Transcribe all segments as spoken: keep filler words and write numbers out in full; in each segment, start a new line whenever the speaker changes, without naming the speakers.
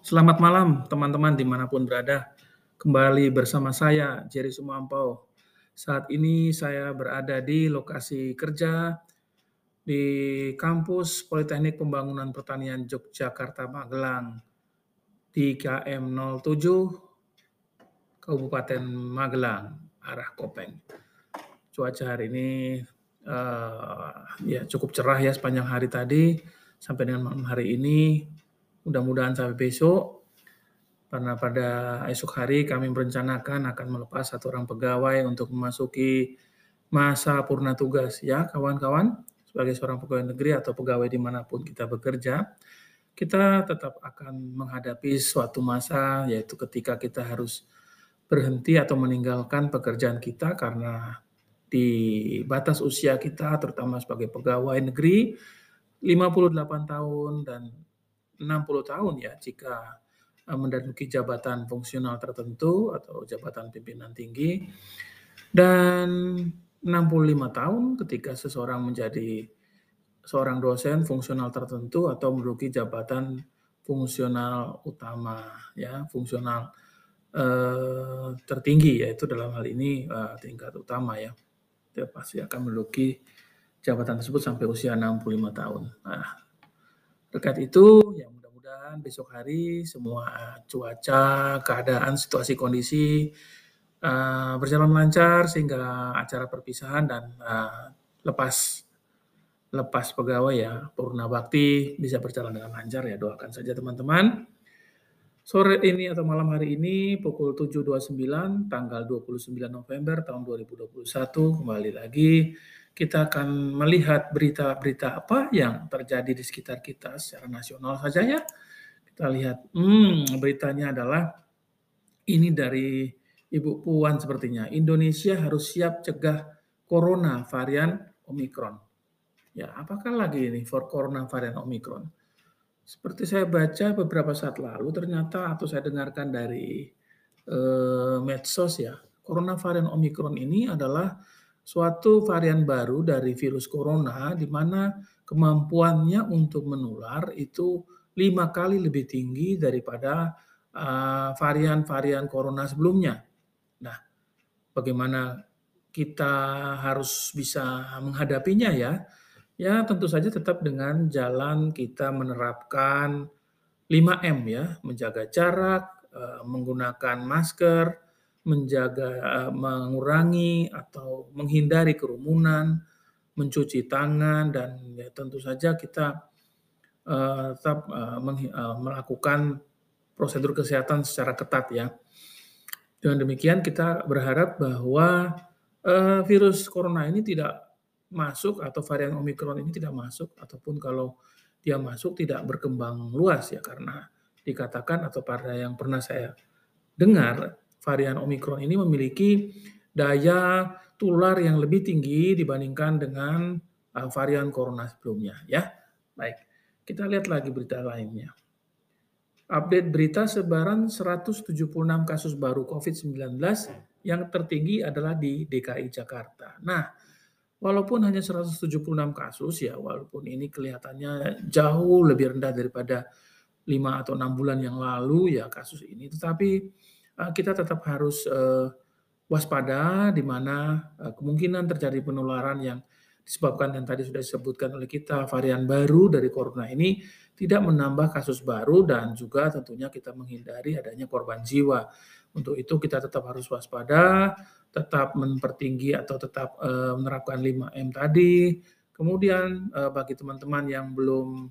Selamat malam teman-teman dimanapun berada. Kembali bersama saya Jerry Sumampau. Saat ini saya berada di lokasi kerja di kampus Politeknik Pembangunan Pertanian Yogyakarta Magelang di K M nol tujuh Kabupaten Magelang, arah Kopeng. Cuaca hari ini eh, ya cukup cerah ya sepanjang hari tadi sampai dengan malam hari ini. Mudah-mudahan sampai besok. Karena pada esok hari kami merencanakan akan melepas satu orang pegawai untuk memasuki masa purna tugas. Ya, kawan-kawan, sebagai seorang pegawai negeri atau pegawai dimanapun kita bekerja, kita tetap akan menghadapi suatu masa, yaitu ketika kita harus berhenti atau meninggalkan pekerjaan kita karena di batas usia kita, terutama sebagai pegawai negeri, lima puluh delapan tahun dan enam puluh tahun ya, jika eh, menduduki jabatan fungsional tertentu atau jabatan pimpinan tinggi, dan enam puluh lima tahun ketika seseorang menjadi seorang dosen fungsional tertentu atau menduduki jabatan fungsional utama ya, fungsional eh, tertinggi, yaitu dalam hal ini eh, tingkat utama ya. Dia pasti akan menduduki jabatan tersebut sampai usia enam puluh lima tahun. Nah, terkait itu, ya mudah-mudahan besok hari semua cuaca, keadaan, situasi, kondisi uh, berjalan lancar sehingga acara perpisahan dan uh, lepas lepas pegawai ya purna bakti bisa berjalan dengan lancar ya, doakan saja teman-teman. Sore ini atau malam hari ini pukul tujuh dua puluh sembilan tanggal dua puluh sembilan November tahun dua ribu dua puluh satu kembali lagi kita akan melihat berita-berita apa yang terjadi di sekitar kita secara nasional saja ya. Kita lihat, hmm, beritanya adalah ini dari Ibu Puan sepertinya. Indonesia harus siap cegah corona varian Omicron. Ya, apakah lagi ini for corona varian Omicron? Seperti saya baca beberapa saat lalu ternyata atau saya dengarkan dari eh, medsos ya, corona varian Omicron ini adalah suatu varian baru dari virus corona di mana kemampuannya untuk menular itu lima kali lebih tinggi daripada uh, varian-varian corona sebelumnya. Nah, bagaimana kita harus bisa menghadapinya ya? Ya, tentu saja tetap dengan jalan kita menerapkan lima M ya, menjaga jarak, eh, menggunakan masker, menjaga eh, mengurangi atau menghindari kerumunan, mencuci tangan dan ya tentu saja kita eh, tetap eh, menghi- eh, melakukan prosedur kesehatan secara ketat ya. Dengan demikian kita berharap bahwa eh, virus corona ini tidak masuk atau varian Omicron ini tidak masuk ataupun kalau dia masuk tidak berkembang luas ya karena dikatakan atau pada yang pernah saya dengar varian Omicron ini memiliki daya tular yang lebih tinggi dibandingkan dengan uh, varian corona sebelumnya ya. Baik, kita lihat lagi berita lainnya. Update berita sebaran seratus tujuh puluh enam kasus baru covid sembilan belas yang tertinggi adalah di D K I Jakarta. Nah, walaupun hanya seratus tujuh puluh enam kasus ya, walaupun ini kelihatannya jauh lebih rendah daripada lima atau enam bulan yang lalu ya kasus ini, tetapi uh, kita tetap harus uh, waspada di mana uh, kemungkinan terjadi penularan yang disebabkan yang tadi sudah disebutkan oleh kita varian baru dari corona ini tidak menambah kasus baru dan juga tentunya kita menghindari adanya korban jiwa. Untuk itu kita tetap harus waspada, tetap mempertinggi atau tetap uh, menerapkan lima M tadi. Kemudian uh, bagi teman-teman yang belum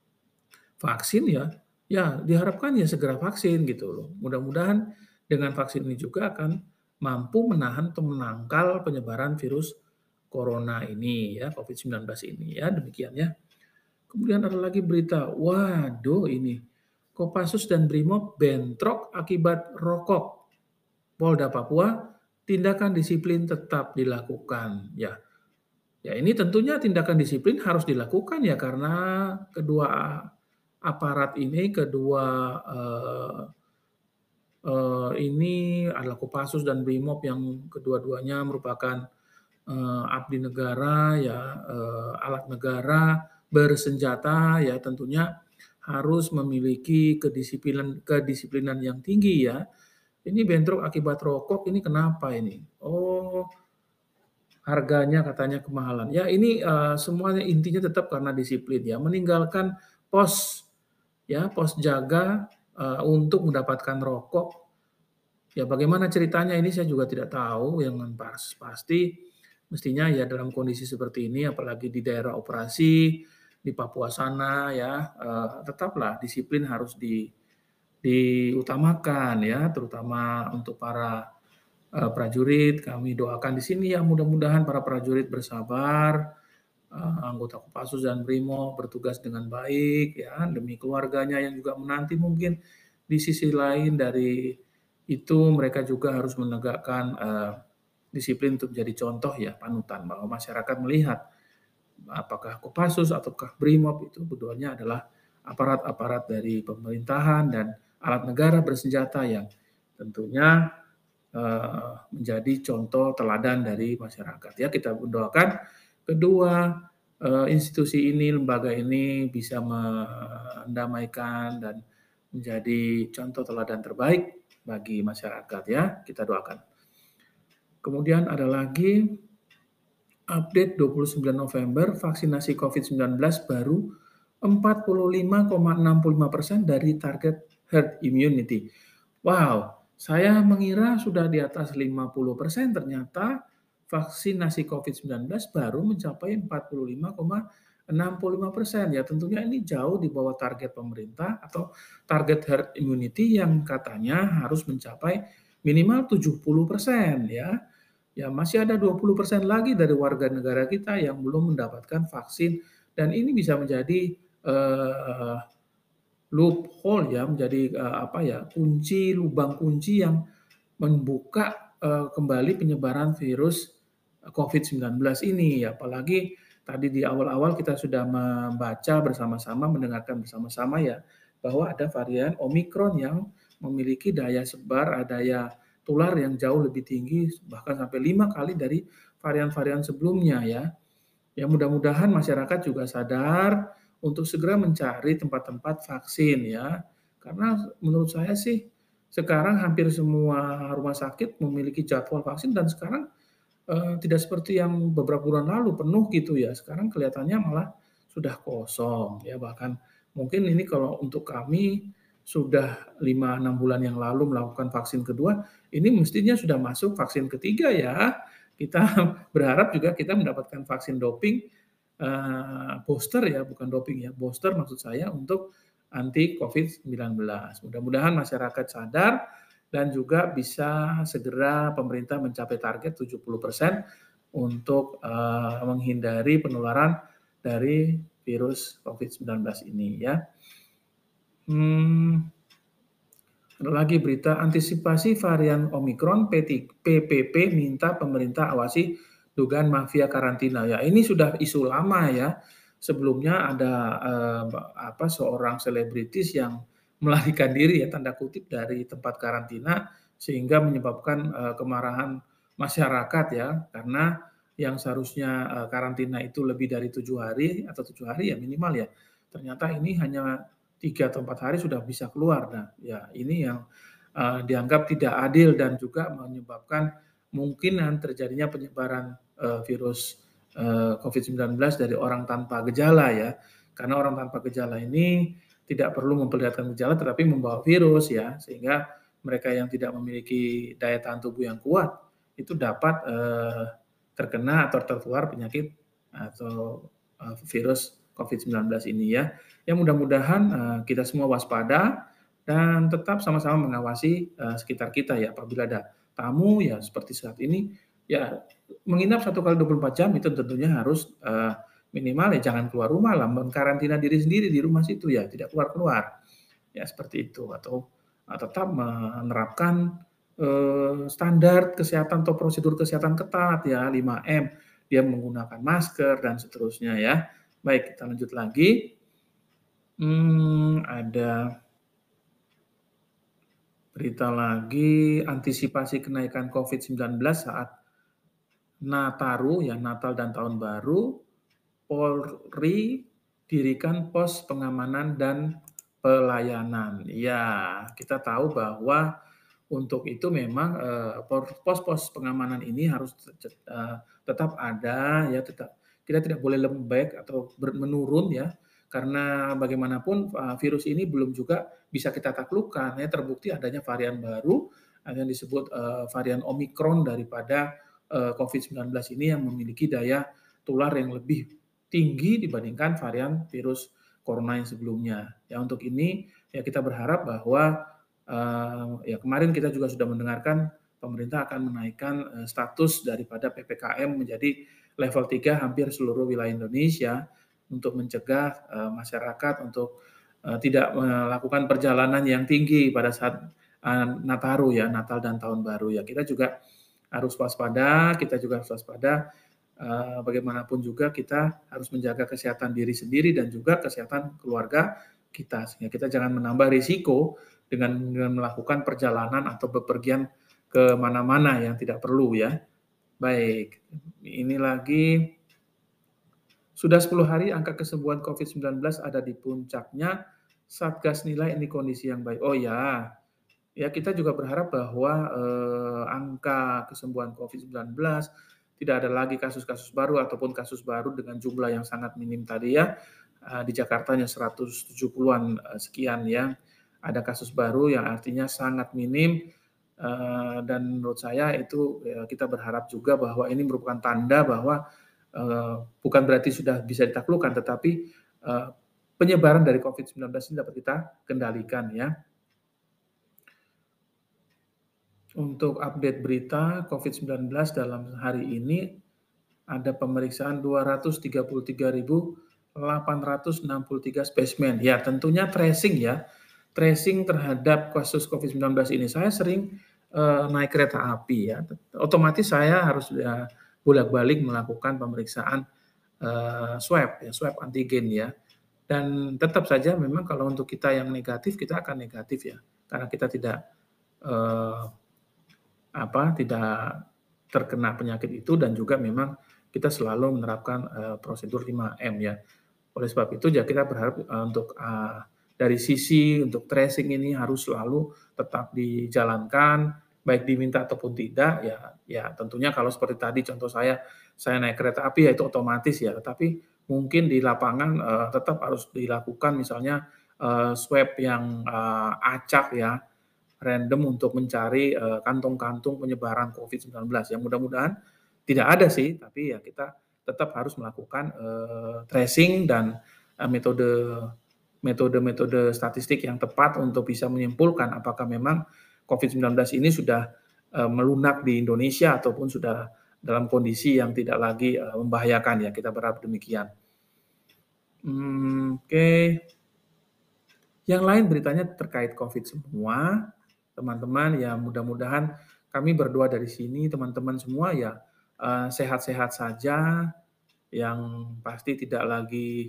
vaksin ya, ya diharapkan ya segera vaksin gitu loh. Mudah-mudahan dengan vaksin ini juga akan mampu menahan atau menangkal penyebaran virus corona ini ya, covid sembilan belas ini ya, demikian ya. Kemudian ada lagi berita, waduh ini, Kopassus dan Brimob bentrok akibat rokok. Polda Papua, tindakan disiplin tetap dilakukan. Ya, ya ini tentunya tindakan disiplin harus dilakukan ya karena kedua aparat ini, kedua eh, eh, ini adalah Kopassus dan Brimob yang kedua-duanya merupakan eh, abdi negara ya, eh, alat negara bersenjata ya tentunya harus memiliki kedisiplinan kedisiplinan yang tinggi ya. Ini bentrok akibat rokok ini kenapa ini? Oh, harganya katanya kemahalan. Ya ini, eee, semuanya intinya tetap karena disiplin ya, meninggalkan pos ya, pos jaga, eee, untuk mendapatkan rokok. Ya bagaimana ceritanya ini saya juga tidak tahu yang pas pasti mestinya ya dalam kondisi seperti ini apalagi di daerah operasi, di Papua sana ya, eee, tetaplah disiplin harus di diutamakan ya, terutama untuk para, eee, prajurit. Kami doakan di sini ya mudah-mudahan para prajurit bersabar, eee, anggota Kopassus dan Brimob bertugas dengan baik ya, demi keluarganya yang juga menanti mungkin di sisi lain dari itu mereka juga harus menegakkan, eee, disiplin untuk jadi contoh ya, panutan bahwa masyarakat melihat apakah Kopassus ataukah Brimob itu keduanya adalah aparat-aparat dari pemerintahan dan alat negara bersenjata yang tentunya, eee, menjadi contoh teladan dari masyarakat. Ya kita mendoakan kedua, eee, institusi ini, lembaga ini bisa mendamaikan dan menjadi contoh teladan terbaik bagi masyarakat ya, kita doakan. Kemudian ada lagi update dua puluh sembilan November, vaksinasi covid sembilan belas baru empat puluh lima koma enam lima persen dari target herd immunity. Wow, saya mengira sudah di atas lima puluh persen, ternyata vaksinasi covid sembilan belas baru mencapai empat puluh lima koma enam lima persen. Ya tentunya ini jauh di bawah target pemerintah atau target herd immunity yang katanya harus mencapai minimal tujuh puluh persen ya. Ya masih ada dua puluh persen lagi dari warga negara kita yang belum mendapatkan vaksin dan ini bisa menjadi, eee, loophole ya, menjadi, eee, apa ya, kunci, lubang kunci yang membuka, eee, kembali penyebaran virus covid sembilan belas ini. Apalagi tadi di awal-awal kita sudah membaca bersama-sama, mendengarkan bersama-sama ya, bahwa ada varian Omikron yang memiliki daya sebar, daya tular yang jauh lebih tinggi, bahkan sampai lima kali dari varian-varian sebelumnya ya. Ya mudah-mudahan masyarakat juga sadar untuk segera mencari tempat-tempat vaksin ya. Karena menurut saya sih sekarang hampir semua rumah sakit memiliki jadwal vaksin dan sekarang, eee, tidak seperti yang beberapa bulan lalu penuh gitu ya. Sekarang kelihatannya malah sudah kosong ya, bahkan mungkin ini kalau untuk kami sudah lima, enam bulan yang lalu melakukan vaksin kedua, ini mestinya sudah masuk vaksin ketiga ya. Kita berharap juga kita mendapatkan vaksin doping, eee, booster ya, bukan doping ya, booster maksud saya untuk anti covid sembilan belas. Mudah-mudahan masyarakat sadar dan juga bisa segera pemerintah mencapai target tujuh puluh persen untuk, eee, menghindari penularan dari virus covid sembilan belas ini ya. Mmm, ada lagi berita antisipasi varian Omikron, P ti P P P minta pemerintah awasi dugaan mafia karantina. Ya ini sudah isu lama ya. Sebelumnya ada, eee, apa, seorang selebritis yang melarikan diri ya, tanda kutip, dari tempat karantina sehingga menyebabkan, eee, kemarahan masyarakat ya. Karena yang seharusnya, eee, karantina itu lebih dari tujuh hari atau tujuh hari ya minimal ya, ternyata ini hanya tiga atau empat hari sudah bisa keluar. Nah, ya ini yang, eee, dianggap tidak adil dan juga menyebabkan kemungkinan terjadinya penyebaran, eee, virus, eee, covid sembilan belas dari orang tanpa gejala ya. Karena orang tanpa gejala ini tidak perlu memperlihatkan gejala tetapi membawa virus ya, sehingga mereka yang tidak memiliki daya tahan tubuh yang kuat itu dapat, eee, terkena atau tertular penyakit atau, eee, virus covid sembilan belas ini ya. Ya mudah-mudahan, eee, kita semua waspada dan tetap sama-sama mengawasi, eee, sekitar kita ya. Apabila ada tamu ya seperti saat ini, ya menginap satu kali dua puluh empat jam itu tentunya harus, eee, minimal ya jangan keluar rumah lah, mengkarantina diri sendiri di rumah situ ya, tidak keluar-keluar. Ya seperti itu atau, eee, tetap menerapkan, eee, standar kesehatan atau prosedur kesehatan ketat ya, lima M, dia menggunakan masker dan seterusnya ya. Baik, kita lanjut lagi. Mmm, ada berita lagi, antisipasi kenaikan covid sembilan belas saat Nataru ya, Natal dan Tahun Baru, Polri dirikan pos pengamanan dan pelayanan. Ya, kita tahu bahwa untuk itu memang, eee, por pos-pos pengamanan ini harus te cet eee, tetap ada ya, tetap kita tidak boleh lembek atau ber menurun ya, karena bagaimanapun, eee, virus ini belum juga bisa kita taklukkan ya, terbukti adanya varian baru, ada yang disebut, eee, varian Omikron daripada, eee, covid sembilan belas ini yang memiliki daya tular yang lebih tinggi dibandingkan varian virus corona yang sebelumnya. Ya untuk ini, ya kita berharap bahwa, eee, ya kemarin kita juga sudah mendengarkan pemerintah akan menaikkan, eee, status daripada P P K M menjadi level tiga hampir seluruh wilayah Indonesia untuk mencegah, eee, masyarakat untuk, eee, tidak melakukan perjalanan yang tinggi pada saat, eee, Nataru ya, Natal dan Tahun Baru ya. Kita juga harus waspada, kita juga harus waspada, eee, bagaimanapun juga kita harus menjaga kesehatan diri sendiri dan juga kesehatan keluarga kita, sehingga kita jangan menambah risiko dengan dengan melakukan perjalanan atau bepergian ke mana-mana yang tidak perlu ya. Baik, ini lagi, sudah sepuluh hari angka kesembuhan covid sembilan belas ada di puncaknya, Satgas nilai ini kondisi yang baik. Oh ya, ya kita juga berharap bahwa, eee, angka kesembuhan covid sembilan belas tidak ada lagi kasus-kasus baru ataupun kasus baru dengan jumlah yang sangat minim tadi ya, eee, di Jakarta hanya seratus tujuh puluhan, eee, sekian ya. Ada kasus baru yang artinya sangat minim, eee, dan menurut saya itu, ya kita berharap juga bahwa ini merupakan tanda bahwa, eee, bukan berarti sudah bisa ditaklukkan, tetapi, eee, penyebaran dari covid sembilan belas ini dapat kita kendalikan ya. Untuk update berita covid sembilan belas dalam hari ini, ada pemeriksaan dua ratus tiga puluh tiga ribu delapan ratus enam puluh tiga spesimen. Ya tentunya tracing ya, tracing terhadap kasus covid sembilan belas ini. Saya sering, eee, naik kereta api ya, otomatis saya harus ya bolak-balik melakukan pemeriksaan, eee, swab ya, swab antigen ya. Dan tetap saja memang kalau untuk kita yang negatif, kita akan negatif ya, karena kita tidak, eee, apa, tidak terkena penyakit itu dan juga memang kita selalu menerapkan, eee, prosedur lima M ya. Oleh sebab itu ya kita berharap, eee, untuk, eee, dari sisi untuk tracing ini harus selalu tetap dijalankan, baik diminta ataupun tidak, ya ya tentunya kalau seperti tadi contoh saya, saya naik kereta api ya itu otomatis ya, tetapi mungkin di lapangan, eee, tetap harus dilakukan misalnya, eee, swab yang, eee, acak ya, random untuk mencari, eee, kantung-kantung penyebaran covid sembilan belas ya mudah-mudahan tidak ada sih, tapi ya kita tetap harus melakukan, eee, tracing dan, eee, metode metode-metode statistik yang tepat untuk bisa menyimpulkan apakah memang covid sembilan belas ini sudah, eee, melunak di Indonesia ataupun sudah dalam kondisi yang tidak lagi, eee, membahayakan ya, kita berharap demikian. Mmm, oke. Yang lain beritanya terkait Covid semua, teman-teman, ya mudah-mudahan kami berdua dari sini, teman-teman semua ya, eee, sehat-sehat saja, yang pasti tidak lagi,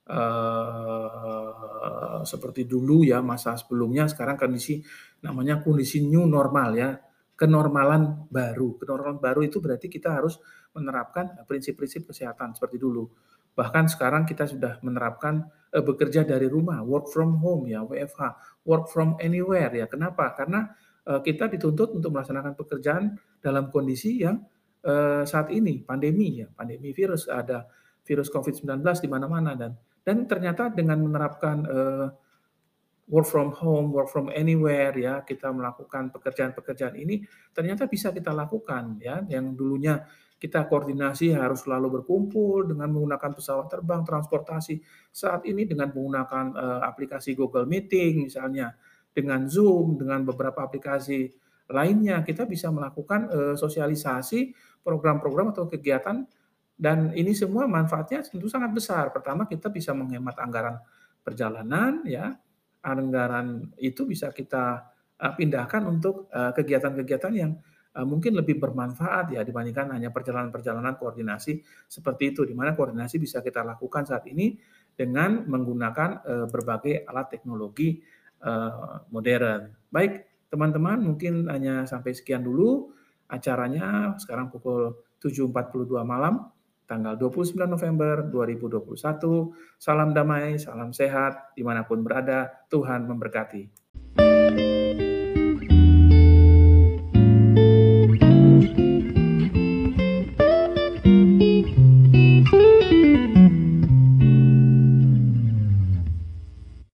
eee, seperti dulu ya, masa sebelumnya, sekarang kondisi namanya kondisi new normal ya, kenormalan baru. Kenormalan baru itu berarti kita harus menerapkan prinsip-prinsip kesehatan seperti dulu. Bahkan sekarang kita sudah menerapkan, eee, bekerja dari rumah, work from home ya, W F H, work from anywhere ya. Kenapa? Karena, eee, kita dituntut untuk melaksanakan pekerjaan dalam kondisi yang, eee, saat ini pandemi ya, pandemi virus, ada virus covid sembilan belas di mana-mana dan dan ternyata dengan menerapkan, eee, work from home, work from anywhere ya, kita melakukan pekerjaan-pekerjaan ini ternyata bisa kita lakukan ya, yang dulunya kita koordinasi harus selalu berkumpul dengan menggunakan pesawat terbang, transportasi. Saat ini dengan menggunakan, eee, aplikasi Google Meeting misalnya, dengan Zoom, dengan beberapa aplikasi lainnya, kita bisa melakukan, eee, sosialisasi program-program atau kegiatan dan ini semua manfaatnya tentu sangat besar. Pertama kita bisa menghemat anggaran perjalanan ya, anggaran itu bisa kita, eee, pindahkan untuk, eee, kegiatan-kegiatan yang, eee, mungkin lebih bermanfaat ya dibandingkan hanya perjalanan-perjalanan koordinasi seperti itu, di mana koordinasi bisa kita lakukan saat ini dengan menggunakan, eee, berbagai alat teknologi, eee, modern. Baik, teman-teman mungkin hanya sampai sekian dulu acaranya, sekarang pukul tujuh empat puluh dua malam. tanggal dua puluh sembilan November dua ribu dua puluh satu. Salam damai, salam sehat, dimanapun berada, Tuhan memberkati.